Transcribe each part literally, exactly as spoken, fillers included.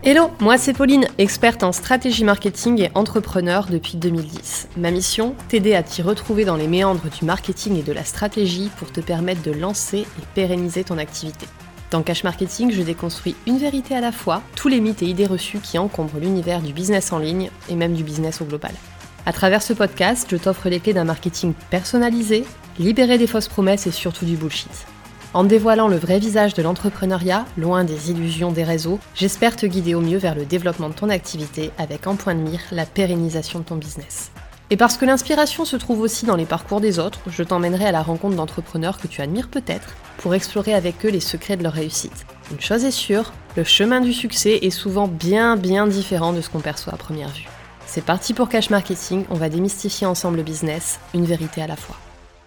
Hello, moi c'est Pauline, experte en stratégie marketing et entrepreneur depuis deux mille dix. Ma mission, t'aider à t'y retrouver dans les méandres du marketing et de la stratégie pour te permettre de lancer et pérenniser ton activité. Dans Cash Marketing, je déconstruis une vérité à la fois, tous les mythes et idées reçues qui encombrent l'univers du business en ligne et même du business au global. À travers ce podcast, je t'offre les clés d'un marketing personnalisé, libéré des fausses promesses et surtout du bullshit. En dévoilant le vrai visage de l'entrepreneuriat, loin des illusions des réseaux, j'espère te guider au mieux vers le développement de ton activité avec en point de mire la pérennisation de ton business. Et parce que l'inspiration se trouve aussi dans les parcours des autres, je t'emmènerai à la rencontre d'entrepreneurs que tu admires peut-être pour explorer avec eux les secrets de leur réussite. Une chose est sûre, le chemin du succès est souvent bien bien différent de ce qu'on perçoit à première vue. C'est parti pour Cash Marketing, on va démystifier ensemble le business, une vérité à la fois.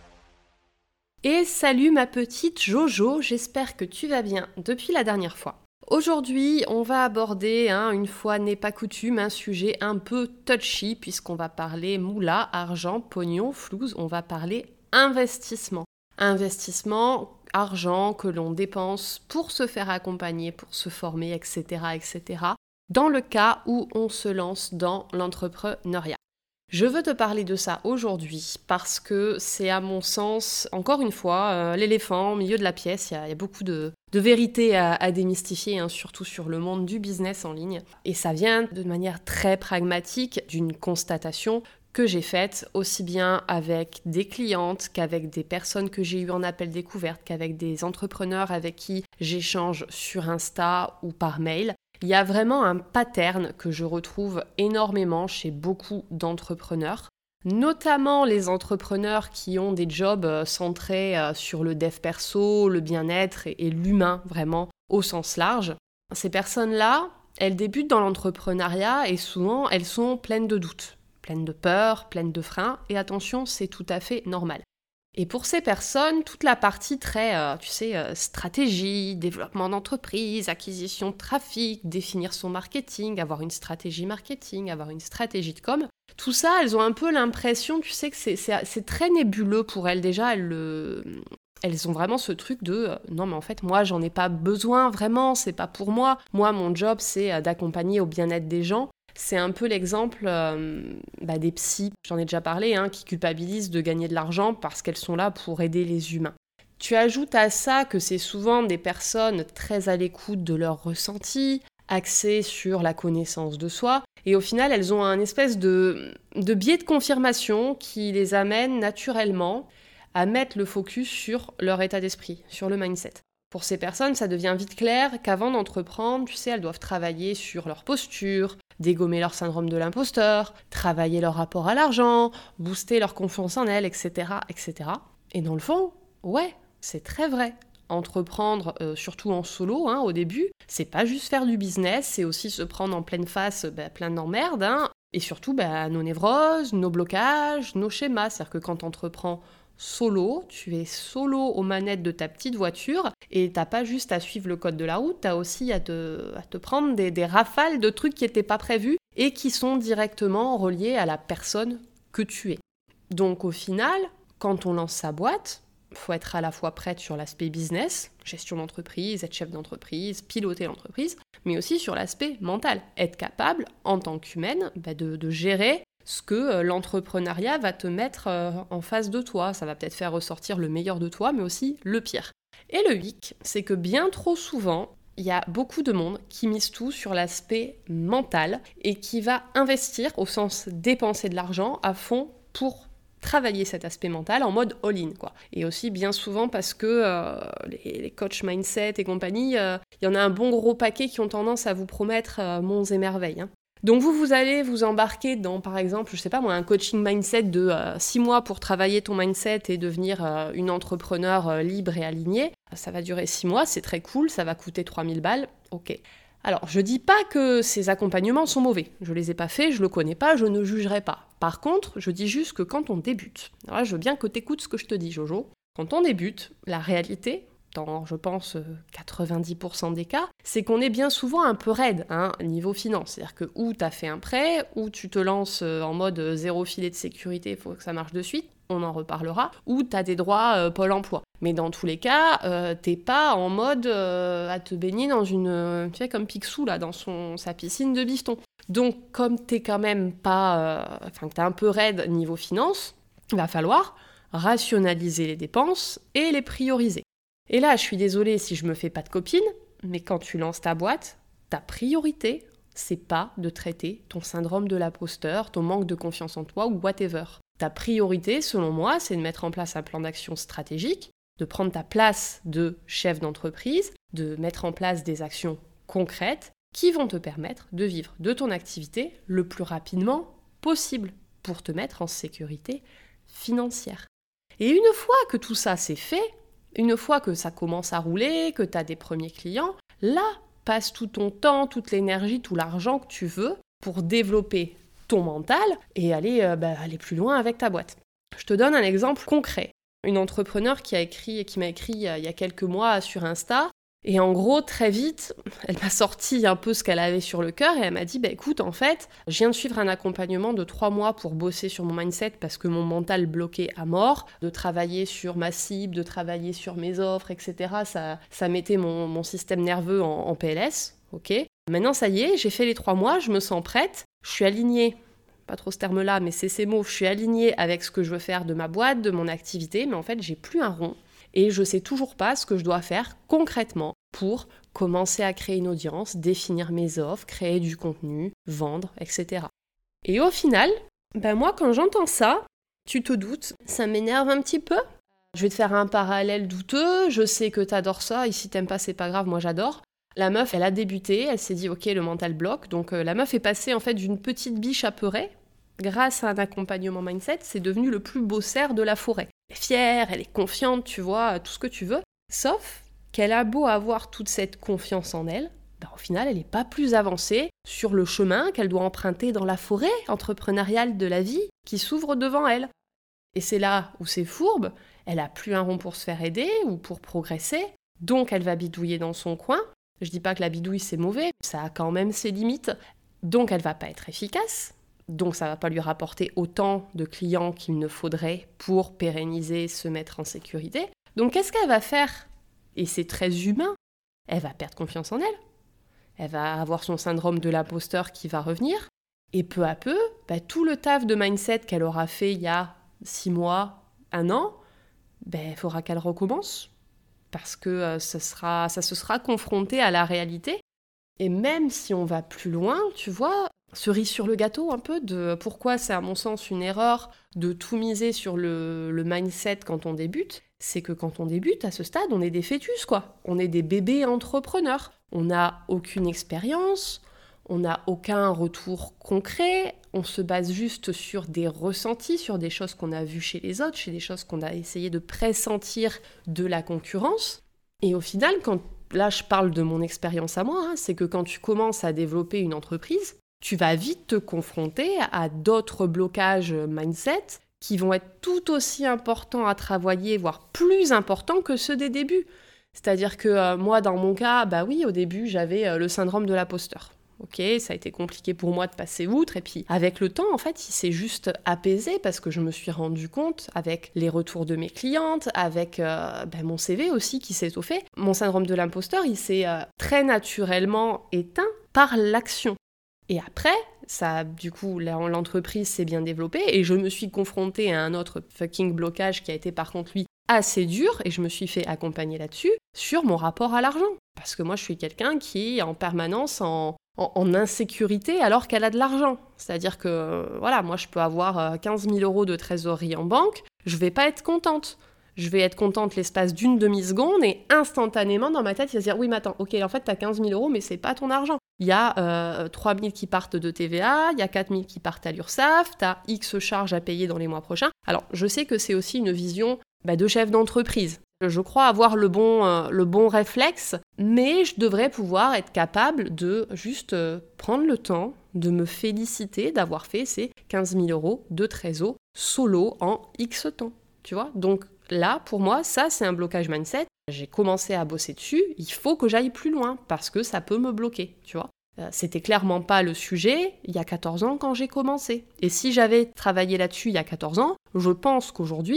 Et salut ma petite Jojo, j'espère que tu vas bien depuis la dernière fois. Aujourd'hui, on va aborder, hein, une fois n'est pas coutume, un sujet un peu touchy puisqu'on va parler moula, argent, pognon, flouze, on va parler investissement. Investissement, argent que l'on dépense pour se faire accompagner, pour se former, et cetera, et cetera. Dans le cas où on se lance dans l'entrepreneuriat. Je veux te parler de ça aujourd'hui parce que c'est à mon sens, encore une fois, euh, l'éléphant au milieu de la pièce. Il y a, il y a beaucoup de, de vérités à, à démystifier, hein, surtout sur le monde du business en ligne. Et ça vient de manière très pragmatique d'une constatation que j'ai faite aussi bien avec des clientes qu'avec des personnes que j'ai eues en appel découverte, qu'avec des entrepreneurs avec qui j'échange sur Insta ou par mail. Il y a vraiment un pattern que je retrouve énormément chez beaucoup d'entrepreneurs, notamment les entrepreneurs qui ont des jobs centrés sur le dev perso, le bien-être et l'humain vraiment au sens large. Ces personnes-là, elles débutent dans l'entrepreneuriat et souvent elles sont pleines de doutes, pleines de peur, pleines de freins et attention, c'est tout à fait normal. Et pour ces personnes, toute la partie très, euh, tu sais, euh, stratégie, développement d'entreprise, acquisition de trafic, définir son marketing, avoir une stratégie marketing, avoir une stratégie de com, tout ça, elles ont un peu l'impression, tu sais, que c'est, c'est, c'est très nébuleux pour elles. Déjà, elles, le... elles ont vraiment ce truc de euh, « non, mais en fait, moi, j'en ai pas besoin, vraiment, c'est pas pour moi. Moi, mon job, c'est euh, d'accompagner au bien-être des gens. » C'est un peu l'exemple euh, bah, des psys, j'en ai déjà parlé, hein, qui culpabilisent de gagner de l'argent parce qu'elles sont là pour aider les humains. Tu ajoutes à ça que c'est souvent des personnes très à l'écoute de leurs ressentis, axées sur la connaissance de soi, et au final, elles ont un espèce de, de biais de confirmation qui les amène naturellement à mettre le focus sur leur état d'esprit, sur le mindset. Pour ces personnes, ça devient vite clair qu'avant d'entreprendre, tu sais, elles doivent travailler sur leur posture, dégommer leur syndrome de l'imposteur, travailler leur rapport à l'argent, booster leur confiance en elles, et cetera, et cetera. Et dans le fond, ouais, c'est très vrai. Entreprendre, euh, surtout en solo, hein, au début, c'est pas juste faire du business, c'est aussi se prendre en pleine face bah, plein d'emmerdes, hein, et surtout bah, nos névroses, nos blocages, nos schémas. C'est-à-dire que quand t'entreprends solo, tu es solo aux manettes de ta petite voiture et t'as pas juste à suivre le code de la route, t'as aussi à te, à te prendre des, des rafales de trucs qui n'étaient pas prévus et qui sont directement reliés à la personne que tu es. Donc au final, quand on lance sa boîte, il faut être à la fois prête sur l'aspect business, gestion d'entreprise, être chef d'entreprise, piloter l'entreprise, mais aussi sur l'aspect mental, être capable en tant qu'humaine bah, de, de gérer ce que euh, l'entrepreneuriat va te mettre euh, en face de toi. Ça va peut-être faire ressortir le meilleur de toi, mais aussi le pire. Et le hic, c'est que bien trop souvent, il y a beaucoup de monde qui mise tout sur l'aspect mental et qui va investir, au sens dépenser de l'argent, à fond pour travailler cet aspect mental en mode all-in, quoi. Et aussi bien souvent parce que euh, les, les coachs mindset et compagnie, il euh, y en a un bon gros paquet qui ont tendance à vous promettre euh, monts et merveilles, hein. Donc vous, vous allez vous embarquer dans, par exemple, je sais pas moi, un coaching mindset de euh, six mois pour travailler ton mindset et devenir euh, une entrepreneur euh, libre et alignée. Ça va durer six mois, c'est très cool, ça va coûter trois mille balles, ok. Alors, je dis pas que ces accompagnements sont mauvais. Je les ai pas faits, je le connais pas, je ne jugerai pas. Par contre, je dis juste que quand on débute, alors là, je veux bien que t'écoutes ce que je te dis, Jojo. Quand on débute, la réalité, dans, je pense, quatre-vingt-dix pour cent des cas, c'est qu'on est bien souvent un peu raide, hein, niveau finance. C'est-à-dire que ou tu as fait un prêt, ou tu te lances en mode zéro filet de sécurité, il faut que ça marche de suite, on en reparlera, ou tu as des droits euh, Pôle emploi. Mais dans tous les cas, euh, t'es pas en mode euh, à te baigner dans une... Tu sais, comme Picsou, là, dans son, sa piscine de bifton. Donc, comme t'es quand même pas... euh, Enfin, que t'es un peu raide niveau finance, il va falloir rationaliser les dépenses et les prioriser. Et là, je suis désolée si je me fais pas de copine, mais quand tu lances ta boîte, ta priorité, c'est pas de traiter ton syndrome de l'imposteur, ton manque de confiance en toi ou whatever. Ta priorité, selon moi, c'est de mettre en place un plan d'action stratégique, de prendre ta place de chef d'entreprise, de mettre en place des actions concrètes qui vont te permettre de vivre de ton activité le plus rapidement possible pour te mettre en sécurité financière. Et une fois que tout ça c'est fait, une fois que ça commence à rouler, que tu as des premiers clients, là, passe tout ton temps, toute l'énergie, tout l'argent que tu veux pour développer ton mental et aller, euh, bah, aller plus loin avec ta boîte. Je te donne un exemple concret. Une entrepreneur qui a écrit, qui m'a écrit il y a quelques mois sur Insta, et en gros, très vite, elle m'a sorti un peu ce qu'elle avait sur le cœur et elle m'a dit bah, « Écoute, en fait, je viens de suivre un accompagnement de trois mois pour bosser sur mon mindset parce que mon mental bloquait à mort, de travailler sur ma cible, de travailler sur mes offres, et cetera. Ça, ça mettait mon, mon système nerveux en, en P L S. Ok. Maintenant, ça y est, j'ai fait les trois mois, je me sens prête, je suis alignée. Pas trop ce terme-là, mais c'est ces mots. Je suis alignée avec ce que je veux faire de ma boîte, de mon activité, mais en fait, j'ai plus un rond. Et je sais toujours pas ce que je dois faire concrètement pour commencer à créer une audience, définir mes offres, créer du contenu, vendre, et cetera. Et au final, ben moi, quand j'entends ça, tu te doutes, ça m'énerve un petit peu. Je vais te faire un parallèle douteux, je sais que t'adores ça, et si t'aimes pas, c'est pas grave, moi j'adore. La meuf, elle a débuté, elle s'est dit, ok, le mental bloque, donc euh, la meuf est passée en fait d'une petite biche apeurée. Grâce à un accompagnement mindset, c'est devenu le plus beau cerf de la forêt. Elle est fière, elle est confiante, tu vois, tout ce que tu veux. Sauf qu'elle a beau avoir toute cette confiance en elle, ben au final, elle n'est pas plus avancée sur le chemin qu'elle doit emprunter dans la forêt entrepreneuriale de la vie qui s'ouvre devant elle. Et c'est là où c'est fourbe, elle n'a plus un rond pour se faire aider ou pour progresser, donc elle va bidouiller dans son coin. Je dis pas que la bidouille c'est mauvais, ça a quand même ses limites, donc elle va pas être efficace. Donc ça ne va pas lui rapporter autant de clients qu'il ne faudrait pour pérenniser, se mettre en sécurité. Donc qu'est-ce qu'elle va faire ? Et c'est très humain. Elle va perdre confiance en elle. Elle va avoir son syndrome de l'imposteur qui va revenir. Et peu à peu, bah, tout le taf de mindset qu'elle aura fait il y a six mois, un an, bah, il faudra qu'elle recommence. Parce que euh, ça, sera, ça se sera confronté à la réalité. Et même si on va plus loin, tu vois, cerise sur le gâteau un peu de pourquoi c'est à mon sens une erreur de tout miser sur le, le mindset quand on débute, c'est que quand on débute à ce stade, on est des fœtus quoi. On est des bébés entrepreneurs. On n'a aucune expérience, on n'a aucun retour concret, on se base juste sur des ressentis, sur des choses qu'on a vues chez les autres, chez des choses qu'on a essayé de pressentir de la concurrence. Et au final, quand là je parle de mon expérience à moi, hein, c'est que quand tu commences à développer une entreprise, tu vas vite te confronter à d'autres blocages mindset qui vont être tout aussi importants à travailler, voire plus importants que ceux des débuts. C'est-à-dire que euh, moi, dans mon cas, bah oui, au début, j'avais euh, le syndrome de l'imposteur. Ok, ça a été compliqué pour moi de passer outre. Et puis, avec le temps, en fait, il s'est juste apaisé parce que je me suis rendu compte, avec les retours de mes clientes, avec euh, ben, mon C V aussi qui s'est étoffé, mon syndrome de l'imposteur, il s'est euh, très naturellement éteint par l'action. Et après, ça, du coup, l'entreprise s'est bien développée et je me suis confrontée à un autre fucking blocage qui a été par contre, lui, assez dur et je me suis fait accompagner là-dessus sur mon rapport à l'argent. Parce que moi, je suis quelqu'un qui est en permanence en, en, en insécurité alors qu'elle a de l'argent. C'est-à-dire que, voilà, moi, je peux avoir quinze mille euros de trésorerie en banque, je vais pas être contente. Je vais être contente l'espace d'une demi-seconde et instantanément, dans ma tête, il va se dire « Oui, mais attends, ok, en fait, t'as quinze mille euros, mais c'est pas ton argent. Il y a euh, trois mille qui partent de T V A, il y a quatre mille qui partent à l'URSSAF, t'as X charges à payer dans les mois prochains. » Alors, je sais que c'est aussi une vision bah, de chef d'entreprise. Je crois avoir le bon, euh, le bon réflexe, mais je devrais pouvoir être capable de juste euh, prendre le temps de me féliciter d'avoir fait ces quinze mille euros de trésor solo en X temps. Tu vois ? Donc là, pour moi, ça, c'est un blocage mindset. J'ai commencé à bosser dessus, il faut que j'aille plus loin parce que ça peut me bloquer, tu vois. Euh, c'était clairement pas le sujet il y a quatorze ans quand j'ai commencé. Et si j'avais travaillé là-dessus il y a quatorze ans, je pense qu'aujourd'hui,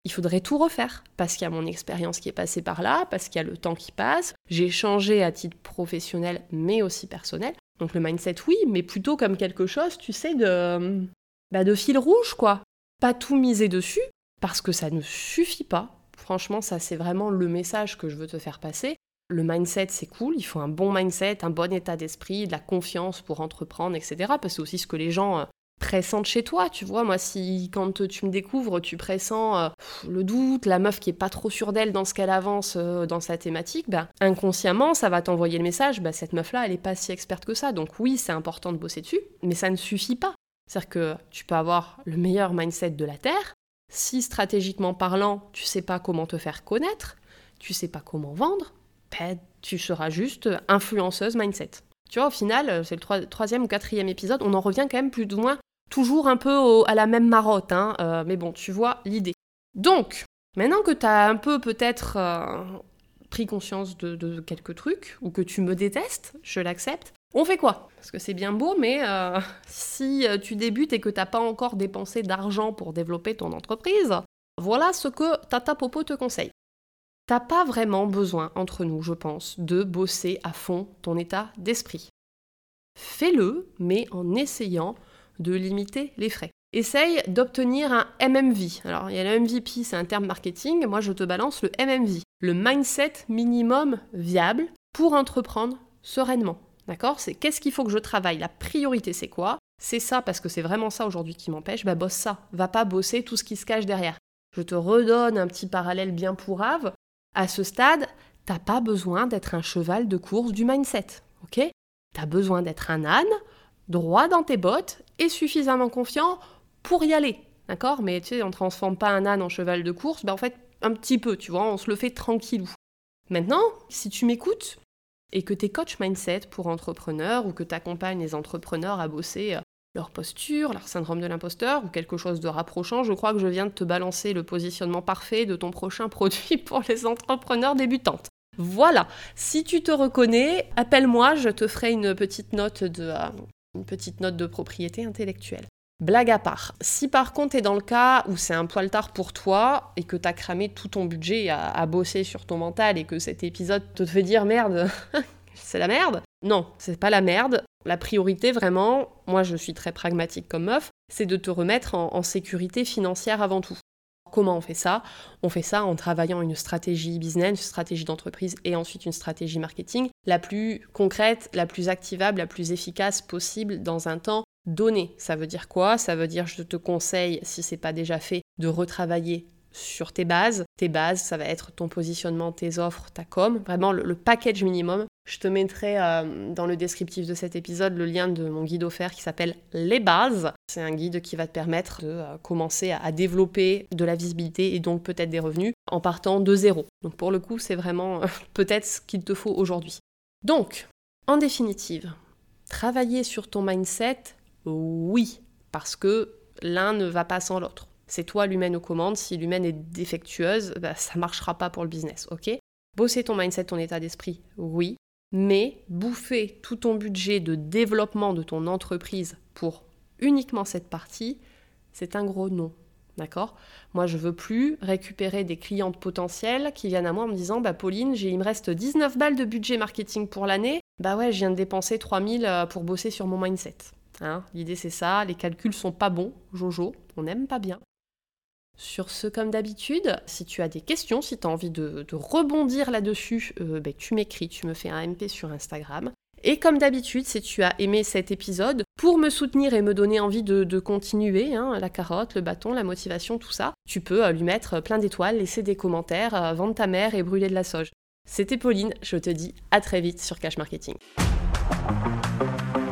il faudrait tout refaire, parce qu'il y a mon expérience qui est passée par là, parce qu'il y a le temps qui passe. J'ai changé à titre professionnel, mais aussi personnel. Donc le mindset, oui, mais plutôt comme quelque chose, tu sais, de, bah, de fil rouge, quoi. Pas tout miser dessus, parce que ça ne suffit pas. Franchement, ça, c'est vraiment le message que je veux te faire passer. Le mindset, c'est cool, il faut un bon mindset, un bon état d'esprit, de la confiance pour entreprendre, et cetera. Parce que c'est aussi ce que les gens... Euh, pressentent chez toi, tu vois, moi si quand tu me découvres, tu pressens euh, le doute, la meuf qui est pas trop sûre d'elle dans ce qu'elle avance euh, dans sa thématique, bah, inconsciemment ça va t'envoyer le message, bah, cette meuf là elle est pas si experte que ça, donc oui c'est important de bosser dessus, mais ça ne suffit pas, c'est-à-dire que tu peux avoir le meilleur mindset de la Terre, si stratégiquement parlant tu sais pas comment te faire connaître, tu sais pas comment vendre, bah, tu seras juste influenceuse mindset. Tu vois, au final, c'est le troi- troisième ou quatrième épisode, on en revient quand même plus ou moins toujours un peu au, à la même marotte, hein, euh, mais bon, tu vois l'idée. Donc, maintenant que tu as un peu peut-être euh, pris conscience de, de quelques trucs, ou que tu me détestes, je l'accepte, on fait quoi ? Parce que c'est bien beau, mais euh, si tu débutes et que tu n'as pas encore dépensé d'argent pour développer ton entreprise, voilà ce que Tata Popo te conseille. T'as pas vraiment besoin, entre nous, je pense, de bosser à fond ton état d'esprit. Fais-le, mais en essayant de limiter les frais. Essaye d'obtenir un M M V. Alors, il y a le M V P, c'est un terme marketing. Moi, je te balance le M M V, le mindset minimum viable pour entreprendre sereinement. D'accord ? C'est qu'est-ce qu'il faut que je travaille ? La priorité, c'est quoi ? C'est ça, parce que c'est vraiment ça aujourd'hui qui m'empêche. Bah, bosse ça. Va pas bosser tout ce qui se cache derrière. Je te redonne un petit parallèle bien pourrave. À ce stade, t'as pas besoin d'être un cheval de course du mindset, ok ? T'as besoin d'être un âne, droit dans tes bottes et suffisamment confiant pour y aller, d'accord ? Mais tu sais, on transforme pas un âne en cheval de course, ben en fait, un petit peu, tu vois, on se le fait tranquillou. Maintenant, si tu m'écoutes et que t'es coach mindset pour entrepreneurs ou que t'accompagnes les entrepreneurs à bosser leur posture, leur syndrome de l'imposteur ou quelque chose de rapprochant, je crois que je viens de te balancer le positionnement parfait de ton prochain produit pour les entrepreneurs débutantes. Voilà, si tu te reconnais, appelle-moi, je te ferai une petite note de, euh, une petite note de propriété intellectuelle. Blague à part, si par contre t'es dans le cas où c'est un poil tard pour toi et que t'as cramé tout ton budget à, à bosser sur ton mental et que cet épisode te fait dire merde, c'est la merde. Non, c'est pas la merde. La priorité, vraiment, moi je suis très pragmatique comme meuf, c'est de te remettre en, en sécurité financière avant tout. Comment on fait ça ? On fait ça en travaillant une stratégie business, une stratégie d'entreprise et ensuite une stratégie marketing la plus concrète, la plus activable, la plus efficace possible dans un temps donné. Ça veut dire quoi ? Ça veut dire, je te conseille, si c'est pas déjà fait, de retravailler sur tes bases. Tes bases, ça va être ton positionnement, tes offres, ta com, vraiment le, le package minimum. Je te mettrai euh, dans le descriptif de cet épisode le lien de mon guide offert qui s'appelle Les Bases. C'est un guide qui va te permettre de euh, commencer à, à développer de la visibilité et donc peut-être des revenus en partant de zéro. Donc pour le coup, c'est vraiment euh, peut-être ce qu'il te faut aujourd'hui. Donc, en définitive, travailler sur ton mindset, oui, parce que l'un ne va pas sans l'autre. C'est toi l'humaine aux commandes, si l'humaine est défectueuse, bah, ça ne marchera pas pour le business, ok ? Bosser ton mindset, ton état d'esprit, oui, mais bouffer tout ton budget de développement de ton entreprise pour uniquement cette partie, c'est un gros non, d'accord ? Moi, je veux plus récupérer des clientes potentielles qui viennent à moi en me disant bah, « Pauline, j'ai, il me reste dix-neuf balles de budget marketing pour l'année, bah ouais, je viens de dépenser trois mille pour bosser sur mon mindset. Hein » L'idée, c'est ça, les calculs sont pas bons, Jojo, on n'aime pas bien. Sur ce, comme d'habitude, si tu as des questions, si tu as envie de, de rebondir là-dessus, euh, ben, tu m'écris, tu me fais un M P sur Instagram. Et comme d'habitude, si tu as aimé cet épisode, pour me soutenir et me donner envie de, de continuer, hein, la carotte, le bâton, la motivation, tout ça, tu peux euh, lui mettre plein d'étoiles, laisser des commentaires, euh, vendre ta mère et brûler de la sauge. C'était Pauline, je te dis à très vite sur Cash Marketing.